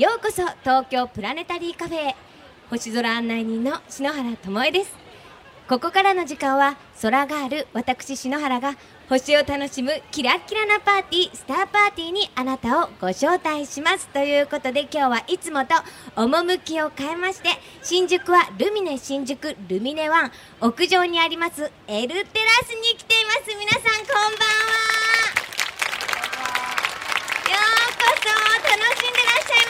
ようこそ東京プラネタリーカフェへ。星空案内人の篠原智恵です。ここからの時間は空ガール私篠原が星を楽しむキラキラなパーティー、スターパーティーにあなたをご招待しますということで、今日はいつもと趣を変えまして、新宿はルミネ新宿ルミネワン屋上にありますエルテラスに来ています。皆さんこんばんは。ようこそ。楽しんでらっしゃい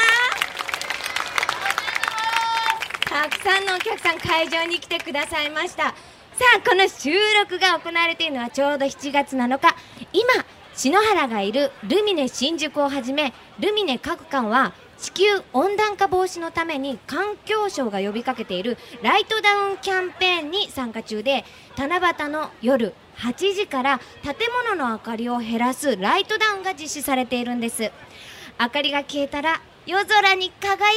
ますか？たくさんのお客さん会場に来てくださいました。さあ、この収録が行われているのはちょうど7月7日。今篠原がいるルミネ新宿をはじめルミネ各館は地球温暖化防止のために環境省が呼びかけているライトダウンキャンペーンに参加中で、七夕の夜8時から建物の明かりを減らすライトダウンが実施されているんです。明かりが消えたら夜空に輝くのは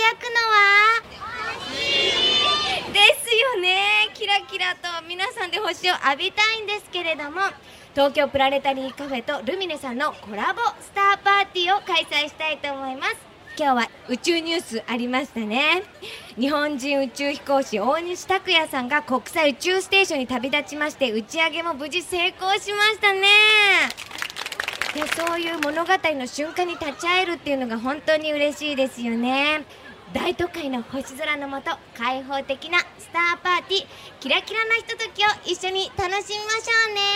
ですよね。キラキラと皆さんで星を浴びたいんですけれども、東京プラネタリーカフェとルミネさんのコラボスターパーティーを開催したいと思います。今日は宇宙ニュースありましたね。日本人宇宙飛行士大西卓哉さんが国際宇宙ステーションに旅立ちまして、打ち上げも無事成功しましたね。で、そういう物語の瞬間に立ち会えるっていうのが本当に嬉しいですよね。大都会の星空の下、開放的なスターパーティー、キラキラなひとときを一緒に楽しみましょうね。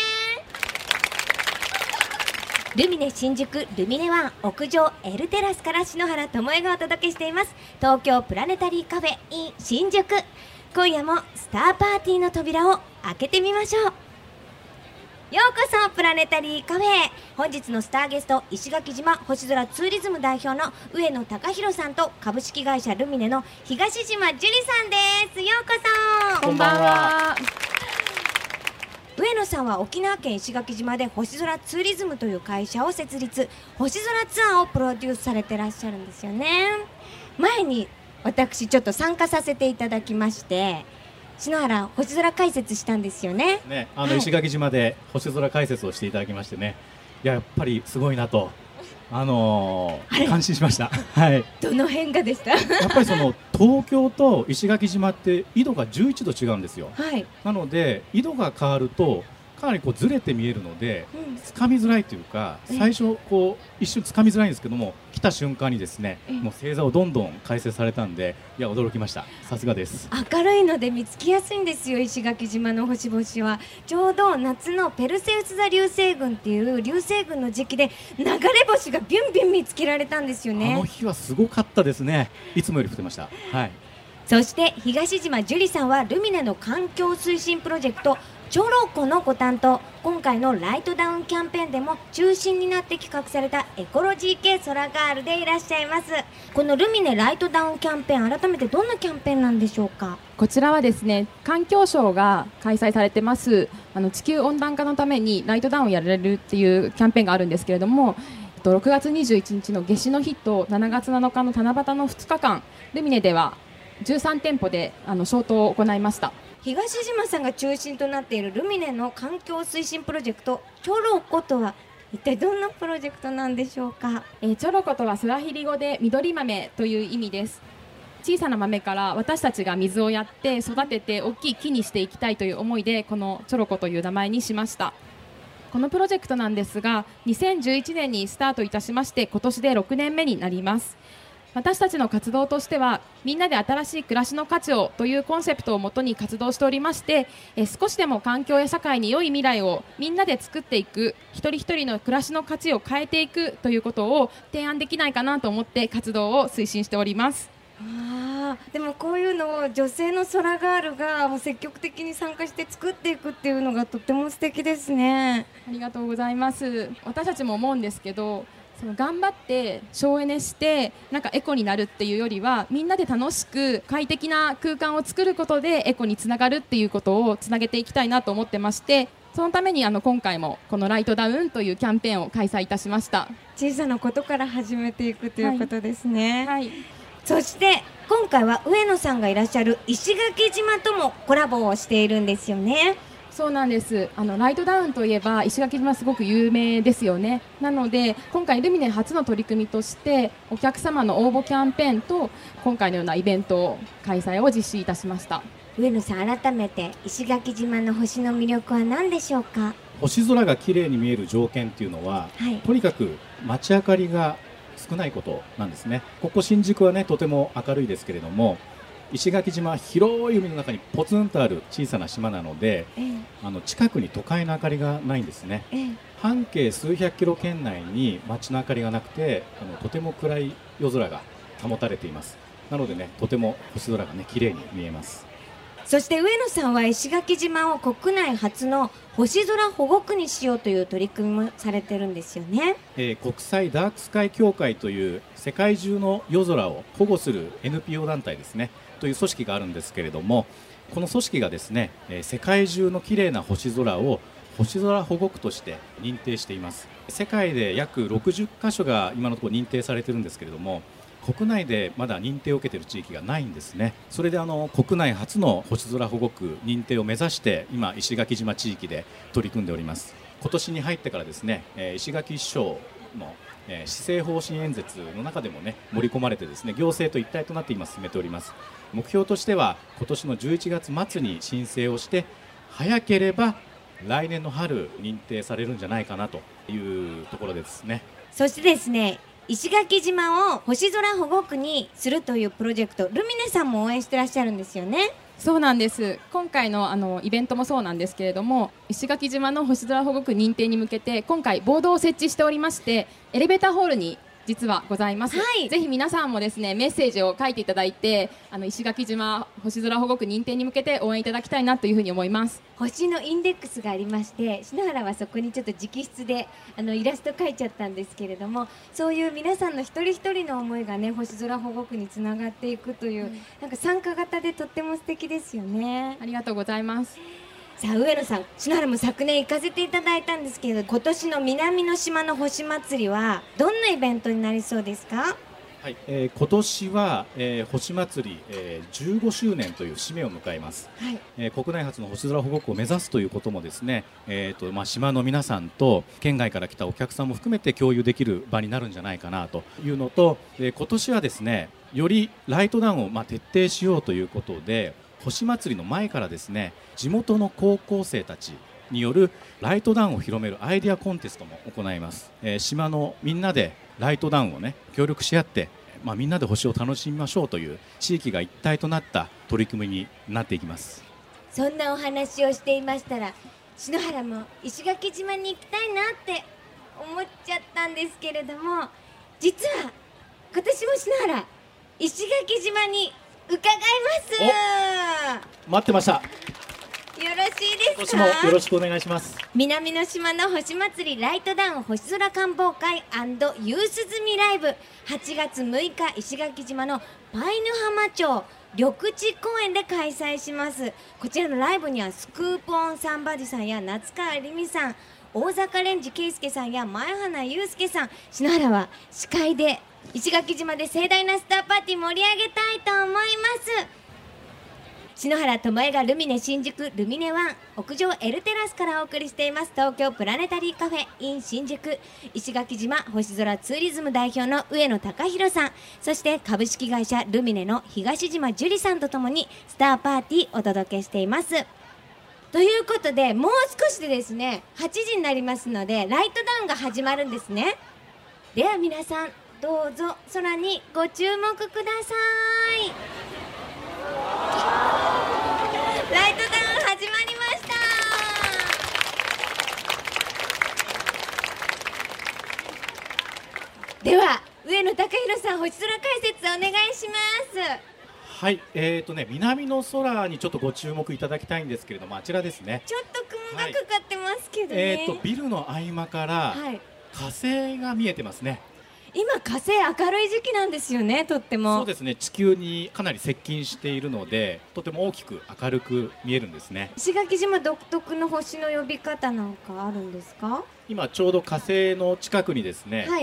ルミネ新宿ルミネワン屋上エルテラスから篠原智恵がお届けしています。東京プラネタリーカフェ in 新宿。今夜もスターパーティーの扉を開けてみましょう。ようこそプラネタリーカフェ。本日のスターゲスト、石垣島星空ツーリズム代表の上野貴弘さんと株式会社ルミネの東島樹里さんです。ようこそ。 こんばんは。 上野さんは沖縄県石垣島で星空ツーリズムという会社を設立、星空ツアーをプロデュースされてらっしゃるんですよね。前に私ちょっと参加させていただきまして、篠原星空解説したんですよね。 はい、石垣島で星空解説をしていただきましてね、やっぱりすごいなと、感心しました。はい。 どの辺がでした？ やっぱりその東京と石垣島って緯度が11度違うんですよ。 はい。 なので緯度が変わるとかなりこうずれて見えるので、つかみづらいというか、最初こう一瞬つかみづらいんですけども、来た瞬間にですね、もう星座をどんどん解説されたんで、いや驚きました。さすがです。 明るいので見つけやすいんですよ。石垣島の星々はちょうど夏のペルセウス座流星群っていう流星群の時期で流れ星がビュンビュン見つけられたんですよね。 あの日はすごかったですね。いつもより降ってました。はい。 そして東島樹里さんはルミネの環境推進プロジェクトチョロコのご担当。今回のライトダウンキャンペーンでも中心になって企画されたエコロジー系空ガールでいらっしゃいます。このルミネライトダウンキャンペーン、改めてどんなキャンペーンなんでしょうか？ こちらはですね、環境省が開催されてます地球温暖化のためにライトダウンをやられるっていうキャンペーンがあるんですけれども、6月21日の夏至の日と7月7日の七夕の2日間、ルミネでは13店舗で消灯を行いました。 東島さんが中心となっているルミネの環境推進プロジェクトチョロコとは一体どんなプロジェクトなんでしょうか？ チョロコとはスワヒリ語で緑豆という意味です。小さな豆から私たちが水をやって育てて大きい木にしていきたいという思いで、このチョロコという名前にしました。このプロジェクトなんですが、2011年にスタートいたしまして、今年で6年目になります。私たちの活動としては、みんなで新しい暮らしの価値をというコンセプトをもとに活動しておりまして、少しでも環境や社会に良い未来をみんなで作っていく、一人一人の暮らしの価値を変えていくということを提案できないかなと思って活動を推進しております。 でもこういうのを女性の空ガールがもう積極的に参加して作っていくっていうのがとっても素敵ですね。 ありがとうございます。私たちも思うんですけど、その頑張って省エネしてなんかエコになるっていうよりは、みんなで楽しく快適な空間を作ることでエコにつながるっていうことをつなげていきたいなと思ってまして、そのために今回もこのライトダウンというキャンペーンを開催いたしました。 小さなことから始めていくということですね。 はい、 そして今回は上野さんがいらっしゃる石垣島ともコラボをしているんですよね。 そうなんです。ライトダウンといえば石垣島すごく有名ですよね。なので今回ルミネ初の取り組みとしてお客様の応募キャンペーンと今回のようなイベント開催を実施いたしました。 上野さん、改めて石垣島の星の魅力は何でしょうか？ 星空が綺麗に見える条件っていうのは、とにかく街明かりが少ないことなんですね。ここ新宿はねとても明るいですけれども、石垣島広い海の中にポツンとある小さな島なので、近くに都会の明かりがないんですね。半径数百キロ圏内に街の明かりがなくて、とても暗い夜空が保たれています。なのでね、とても星空がね綺麗に見えます。 そして上野さんは石垣島を国内初の星空保護区にしようという取り組みもされてるんですよね。 国際ダークスカイ協会という世界中の夜空を保護する NPO 団体ですねという組織があるんですけれども、この組織がですね、世界中の綺麗な星空を星空保護区として認定しています。世界で約60カ所が今のところ認定されてるんですけれども、国内でまだ認定を受けている地域がないんですね。それで国内初の星空保護区認定を目指して今石垣島地域で取り組んでおります。今年に入ってからですね、石垣市長の施政方針演説の中でもね盛り込まれてですね、行政と一体となって今進めております。目標としては今年の11月末に申請をして、早ければ来年の春認定されるんじゃないかなというところですね。 そしてですね、石垣島を星空保護区にするというプロジェクト、ルミネさんも応援してらっしゃるんですよね。 そうなんです。今回のイベントもそうなんですけれども、石垣島の星空保護区認定に向けて今回ボードを設置しておりまして、エレベーターホールに実はございます、ぜひ皆さんもですねメッセージを書いていただいて、石垣島星空保護区認定に向けて応援いただきたいなというふうに思います。 星のインデックスがありまして、篠原はそこにちょっと直筆でイラスト描いちゃったんですけれども、そういう皆さんの一人一人の思いがね星空保護区につながっていくという、なんか参加型でとっても素敵ですよね。 ありがとうございます。 さあ上野さん、篠原も昨年行かせていただいたんですけど、今年の南の島の星祭りはどんなイベントになりそうですか？ はい、今年は、星祭り、15周年という節目を迎えます、国内初の星空保護区を目指すということもですね、島の皆さんと県外から来たお客さんも含めて共有できる場になるんじゃないかなというのと、今年はですねよりライトダウンを徹底しようということで、星祭りの前からですね地元の高校生たちによるライトダウンを広めるアイデアコンテストも行います。島のみんなでライトダウンをね協力し合って、みんなで星を楽しみましょうという地域が一体となった取り組みになっていきます。 そんなお話をしていましたら、篠原も石垣島に行きたいなって思っちゃったんですけれども、実は今年も篠原石垣島に伺います。 待ってました。 よろしいですか？ 今年もよろしくお願いします。 南の島の星祭りライトダウン星空観望会&夕涼みライブ、8月6日石垣島のパイヌ浜町緑地公園で開催します。こちらのライブにはスクーポンサンバジさんや夏川りみさん、大坂蓮司圭介さんや前花祐介さん、篠原は司会で石垣島で盛大なスターパーティー盛り上げたいと思います。篠原智恵がルミネ新宿ルミネワン屋上エルテラスからお送りしています東京プラネタリーカフェ in 新宿、石垣島星空ツーリズム代表の上野隆弘さん、そして株式会社ルミネの東島樹里さんとともにスターパーティーお届けしています。ということで、もう少しでですね8時になりますのでライトダウンが始まるんですね。では皆さんどうぞ空にご注目ください。ライトダウン始まりました。では上野隆弘さん、星空解説お願いします。 はい、南の空にちょっとご注目いただきたいんですけれども、あちらですね。 ちょっと雲がかかってますけどね。 ビルの合間から火星が見えてますね。 今火星明るい時期なんですよね。とってもそうですね、地球にかなり接近しているのでとても大きく明るく見えるんですね。 石垣島独特の星の呼び方なんかあるんですか？ 今ちょうど火星の近くにですね、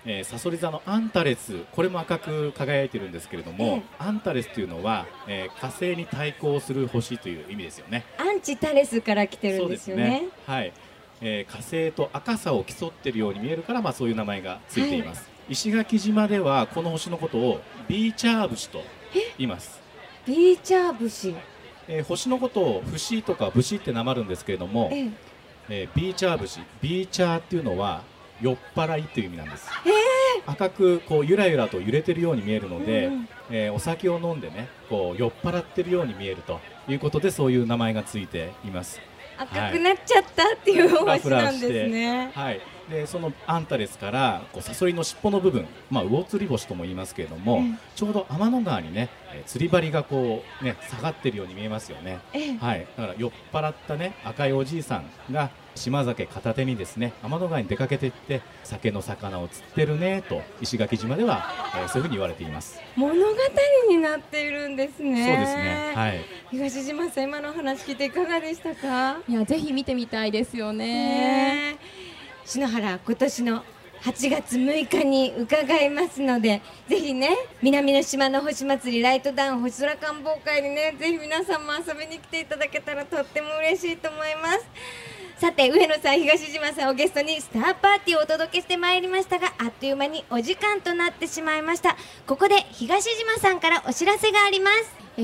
さそり座のアンタレス、これも赤く輝いてるんですけれども、アンタレスというのは、火星に対抗する星という意味ですよね。 アンチタレスから来てるんですよね。 はい、火星と赤さを競っているように見えるから、そういう名前がついています。石垣島ではこの星のことをビーチャー節と言います。 ビーチャー節、 星のことを節とか節ってなまるんですけれども、ビーチャー節、ビーチャーっていうのは酔っ払いという意味なんです。赤くこうゆらゆらと揺れてるように見えるので、お酒を飲んでね、こう酔っ払ってるように見えるということで、そういう名前がついています。 赤くなっちゃったっていう星なんですね。 はい、でそのアンタレスからこうサソリの尻尾の部分、魚釣り星とも言いますけれども、ちょうど天の川にね、釣り針がこうね下がっているように見えますよね。はい、だから酔っ払ったね赤いおじいさんが島酒片手にですね天の川に出かけていって酒の魚を釣ってるねと石垣島では、そういうふうに言われています。 物語になっているんですね。 そうですね。はい。 東島さん、今の話聞いていかがでしたか？ いや、ぜひ見てみたいですよね。 篠原、今年の8月6日に伺いますので、ぜひね、南の島の星祭りライトダウン星空観望会にね、ぜひ皆さんも遊びに来ていただけたらとっても嬉しいと思います。さて、上野さん、東島さんをゲストにスターパーティーをお届けしてまいりましたが、あっという間にお時間となってしまいました。ここで東島さんからお知らせがあります。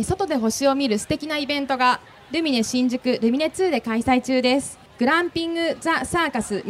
外で星を見る素敵なイベントがルミネ新宿ルミネ2で開催中です。グランピングザ・サーカス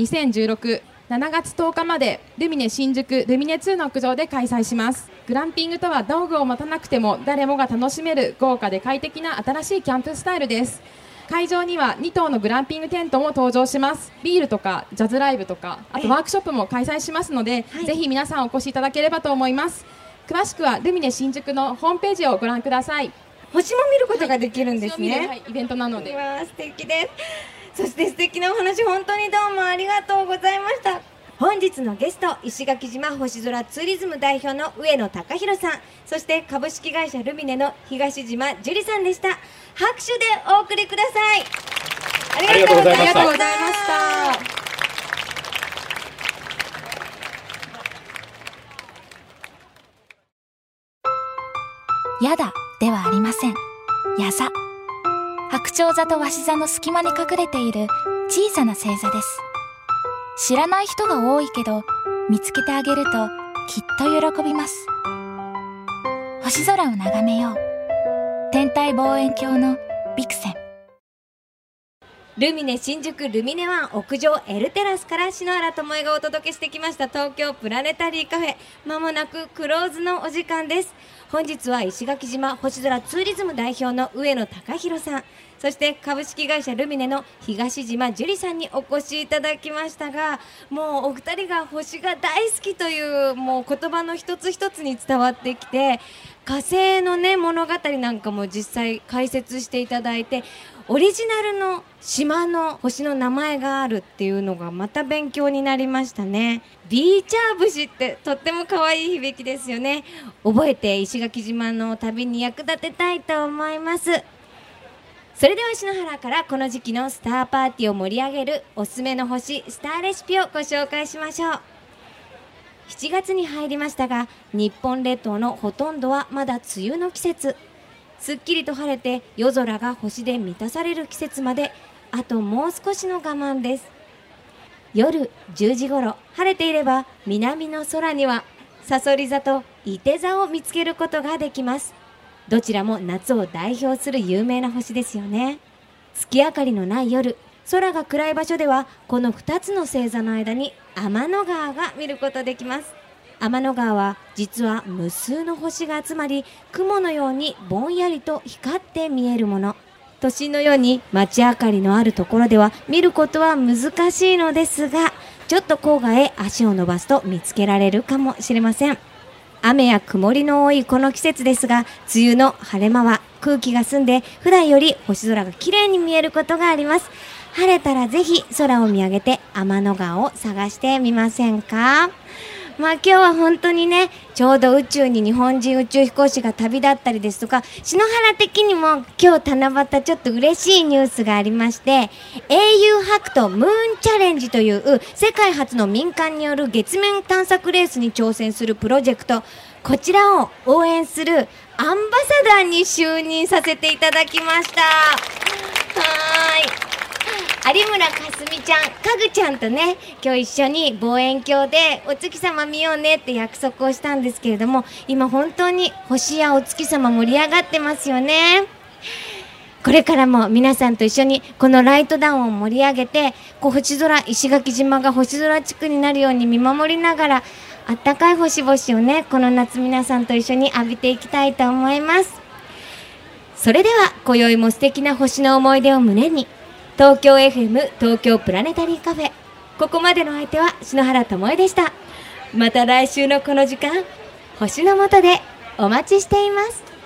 2016、7月10日までルミネ新宿ルミネ2の屋上で開催します。グランピングとは道具を持たなくても誰もが楽しめる豪華で快適な新しいキャンプスタイルです。会場には2棟のグランピングテントも登場します。ビールとかジャズライブとか、あとワークショップも開催しますので、ぜひ皆さんお越しいただければと思います。詳しくはルミネ新宿のホームページをご覧ください。 星も見ることができるんですね。 イベントなので。 素敵です。そして素敵なお話、本当にどうもありがとうございました。本日のゲスト、石垣島星空ツーリズム代表の上野貴弘さん、そして株式会社ルミネの東島樹里さんでした。拍手でお送りください。ありがとうございました。 やだではありません。や座。白鳥座と鷲座の隙間に隠れている小さな星座です。知らない人が多いけど、見つけてあげるときっと喜びます。星空を眺めよう。天体望遠鏡のビクセン。 ルミネ新宿ルミネ1屋上エルテラスから篠原ともえがお届けしてきました東京プラネタリーカフェ。まもなくクローズのお時間です。本日は石垣島星空ツーリズム代表の上野貴弘さん、そして株式会社ルミネの東島樹里さんにお越しいただきましたが、もうお二人が星が大好きというもう言葉の一つ一つに伝わってきて、火星のね物語なんかも実際解説していただいて、オリジナルの島の星の名前があるっていうのがまた勉強になりましたね。ビーチャー節ってとっても可愛い響きですよね。覚えて石垣島の旅に役立てたいと思います。それでは篠原からこの時期のスターパーティーを盛り上げるおすすめの星スターレシピをご紹介しましょう。7月に入りましたが、日本列島のほとんどはまだ梅雨の季節。すっきりと晴れて夜空が星で満たされる季節まであともう少しの我慢です。夜10時頃、晴れていれば南の空にはさそり座といて座を見つけることができます。どちらも夏を代表する有名な星ですよね。月明かりのない夜、空が暗い場所ではこの2つの星座の間に天の川が見ることできます。天の川は実は無数の星が集まり、雲のようにぼんやりと光って見えるもの。都心のように街明かりのあるところでは見ることは難しいのですが、ちょっと郊外へ足を伸ばすと見つけられるかもしれません。雨や曇りの多いこの季節ですが、梅雨の晴れ間は空気が澄んで普段より星空が綺麗に見えることがあります。晴れたらぜひ空を見上げて天の川を探してみませんか？ 今日は本当にね、ちょうど宇宙に日本人宇宙飛行士が旅立ったりですとか、篠原的にも今日七夕ちょっと嬉しいニュースがありまして、英雄白とムーンチャレンジという世界初の民間による月面探索レースに挑戦するプロジェクト、こちらを応援するアンバサダーに就任させていただきました。有村架純ちゃん、かぐちゃんとね、今日一緒に望遠鏡でお月様見ようねって約束をしたんですけれども、今本当に星やお月様盛り上がってますよね。これからも皆さんと一緒にこのライトダウンを盛り上げて、星空、石垣島が星空地区になるように見守りながら、あったかい星々をね、この夏皆さんと一緒に浴びていきたいと思います。それでは今宵も素敵な星の思い出を胸に、東京 FM 東京プラネタリーカフェ、ここまでの相手は篠原ともえでした。また来週のこの時間、星の下でお待ちしています。